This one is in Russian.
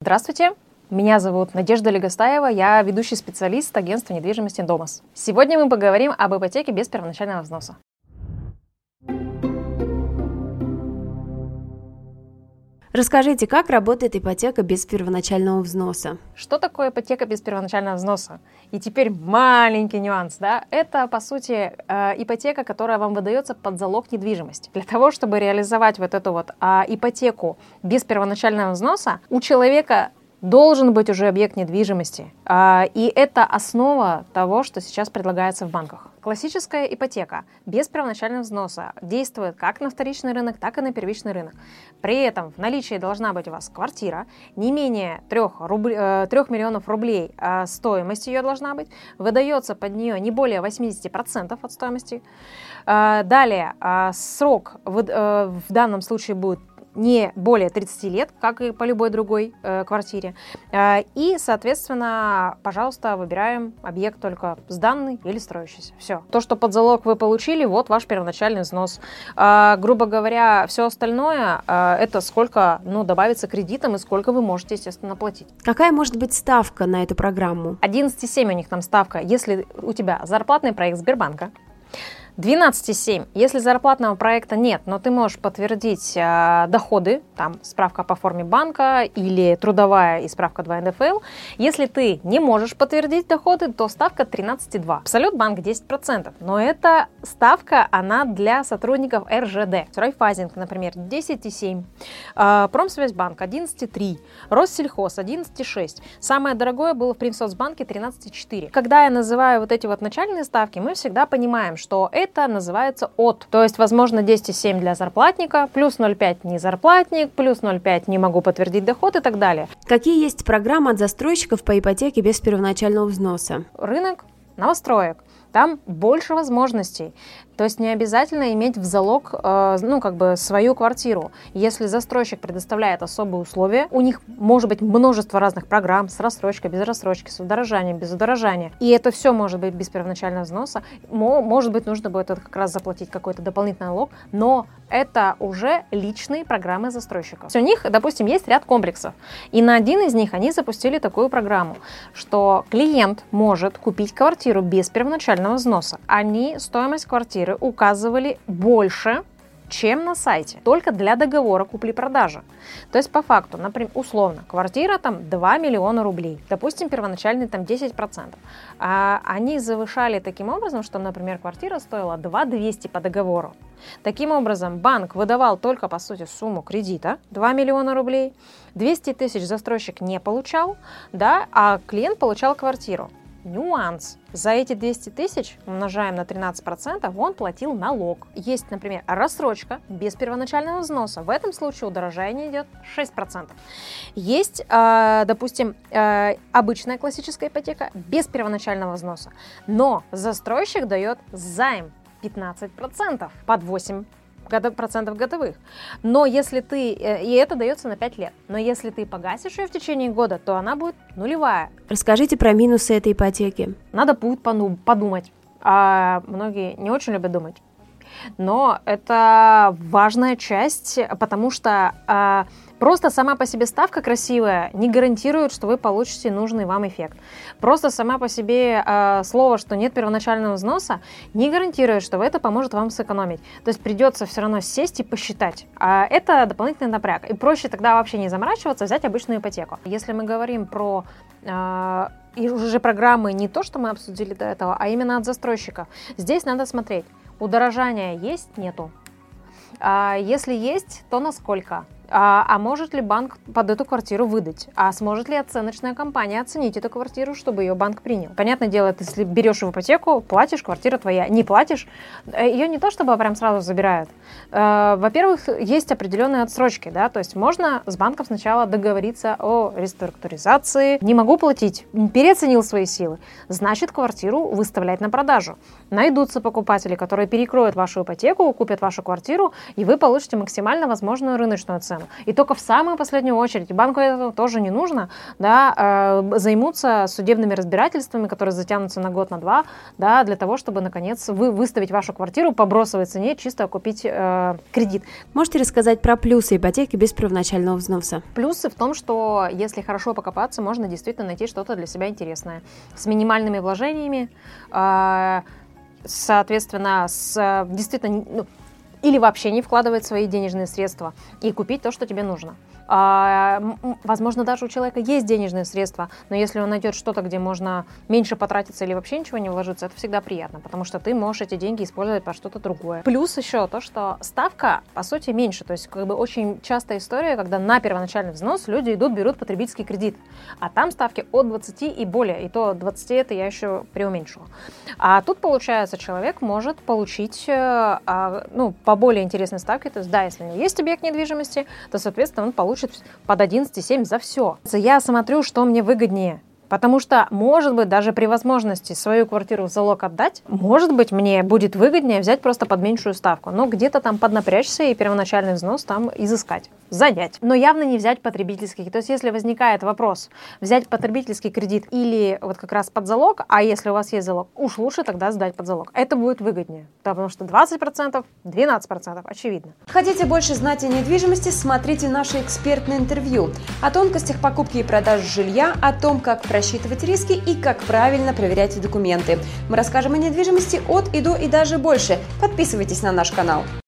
Здравствуйте, меня зовут Надежда Легостаева, я ведущий специалист агентства недвижимости «Домос». Сегодня мы поговорим об ипотеке без первоначального взноса. Расскажите, как работает ипотека без первоначального взноса? Что такое ипотека без первоначального взноса? И теперь маленький нюанс, да? Это, по сути, ипотека, которая вам выдается под залог недвижимости. Для того, чтобы реализовать вот эту вот ипотеку без первоначального взноса, у человека должен быть уже объект недвижимости. И это основа того, что сейчас предлагается в банках. Классическая ипотека без первоначального взноса действует как на вторичный рынок, так и на первичный рынок. При этом в наличии должна быть у вас квартира, не менее 3 миллионов рублей стоимость ее должна быть, выдается под нее не более 80% от стоимости. Далее срок в данном случае будет не более 30 лет, как и по любой другой квартире. И, соответственно, пожалуйста, выбираем объект только сданный или строящийся. Все. То, что под залог вы получили, вот ваш первоначальный взнос. Грубо говоря, все остальное, это сколько добавится кредитом и сколько вы можете, естественно, платить. Какая может быть ставка на эту программу? 11,7 у них там ставка, если у тебя зарплатный проект Сбербанка. 12,7, если зарплатного проекта нет, но ты можешь подтвердить доходы, там справка по форме банка или трудовая и справка 2 НДФЛ. Если ты не можешь подтвердить доходы, то ставка 13,2. Абсолют банк 10%, но эта ставка, она для сотрудников РЖД. Райфайзинг, например, 10,7, Промсвязьбанк 11,3, Россельхоз 11,6. Самое дорогое было в Примсоцбанке 13,4. Когда я называю вот эти вот начальные ставки, мы всегда понимаем, что это называется от. То есть, возможно, 10,7 для зарплатника, плюс 0,5 не зарплатник, плюс 0,5 не могу подтвердить доход и так далее. Какие есть программы от застройщиков по ипотеке без первоначального взноса? Рынок новостроек. Там больше возможностей. То есть не обязательно иметь в залог свою квартиру. Если застройщик предоставляет особые условия, у них может быть множество разных программ с рассрочкой, без рассрочки, с удорожанием, без удорожания. И это все может быть без первоначального взноса. Может быть, нужно будет это как раз заплатить какой-то дополнительный налог, но это уже личные программы застройщиков. У них, допустим, есть ряд комплексов. И на один из них они запустили такую программу, что клиент может купить квартиру без первоначального взноса. Они стоимость квартиры указывали больше, чем на сайте, только для договора купли-продажи. То есть по факту, например, условно, квартира там 2 миллиона рублей, допустим, первоначальный там 10%. Они завышали таким образом, что, например, квартира стоила 2 200 по договору. Таким образом, банк выдавал только, по сути, сумму кредита 2 миллиона рублей, 200 тысяч застройщик не получал, да, а клиент получал квартиру. Нюанс. За эти 200 тысяч, умножаем на 13%, он платил налог. Есть, например, рассрочка без первоначального взноса. В этом случае удорожание идет 6%. Есть, допустим, обычная классическая ипотека без первоначального взноса. Но застройщик дает займ 15% под 8% годовых. Но если ты, и это дается на 5 лет, но если ты погасишь ее в течение года, то она будет нулевая. Расскажите про минусы этой ипотеки. Надо будет подумать. Многие не очень любят думать. Но это важная часть, потому что просто сама по себе ставка красивая не гарантирует, что вы получите нужный вам эффект. Просто сама по себе слово, что нет первоначального взноса, не гарантирует, что это поможет вам сэкономить. То есть придется все равно сесть и посчитать. Это дополнительный напряг. И проще тогда вообще не заморачиваться, взять обычную ипотеку. Если мы говорим про и уже программы не то, что мы обсудили до этого, а именно от застройщиков, здесь надо смотреть. Удорожания есть? Нету. Если есть, то насколько? А может ли банк под эту квартиру выдать? А сможет ли оценочная компания оценить эту квартиру, чтобы ее банк принял? Понятное дело, ты, если берешь в ипотеку, платишь, квартира твоя. Не платишь, ее не то чтобы прям сразу забирают. Во-первых, есть определенные отсрочки, да, то есть можно с банком сначала договориться о реструктуризации. Не могу платить, переоценил свои силы. Значит, квартиру выставлять на продажу. Найдутся покупатели, которые перекроют вашу ипотеку, купят вашу квартиру, и вы получите максимально возможную рыночную цену. цену. И только в самую последнюю очередь, банку этого тоже не нужно, да, займутся судебными разбирательствами, которые затянутся на год, на два, да, для того, чтобы, наконец, выставить вашу квартиру по бросовой цене, чисто купить кредит. Можете рассказать про плюсы ипотеки без первоначального взноса? Плюсы в том, что если хорошо покопаться, можно действительно найти что-то для себя интересное. С минимальными вложениями, соответственно, действительно, или вообще не вкладывать свои денежные средства и купить то, что тебе нужно. Возможно, даже у человека есть денежные средства, но если он найдет что-то, где можно меньше потратиться или вообще ничего не вложиться, это всегда приятно, потому что ты можешь эти деньги использовать по что-то другое. Плюс еще то, что ставка, по сути, меньше. То есть, как бы очень частая история, когда на первоначальный взнос люди берут потребительский кредит, а там ставки от 20 и более, и то 20 это я еще преуменьшила. А тут, получается, человек может получить по более интересной ставке, то есть, да, если у него есть объект недвижимости, то, соответственно, он получит под 11,7 за все. Я смотрю, что мне выгоднее. Потому что, может быть, даже при возможности свою квартиру в залог отдать, может быть, мне будет выгоднее взять просто под меньшую ставку. Но где-то там поднапрячься и первоначальный взнос там изыскать, занять. Но явно не взять потребительский. То есть, если возникает вопрос, взять потребительский кредит или вот как раз под залог, а если у вас есть залог, уж лучше тогда сдать под залог. Это будет выгоднее, потому что 20%, 12%, очевидно. Хотите больше знать о недвижимости? Смотрите наши экспертные интервью о тонкостях покупки и продажи жилья, о том, как рассчитывать риски и как правильно проверять документы. Мы расскажем о недвижимости от и до и даже больше. Подписывайтесь на наш канал.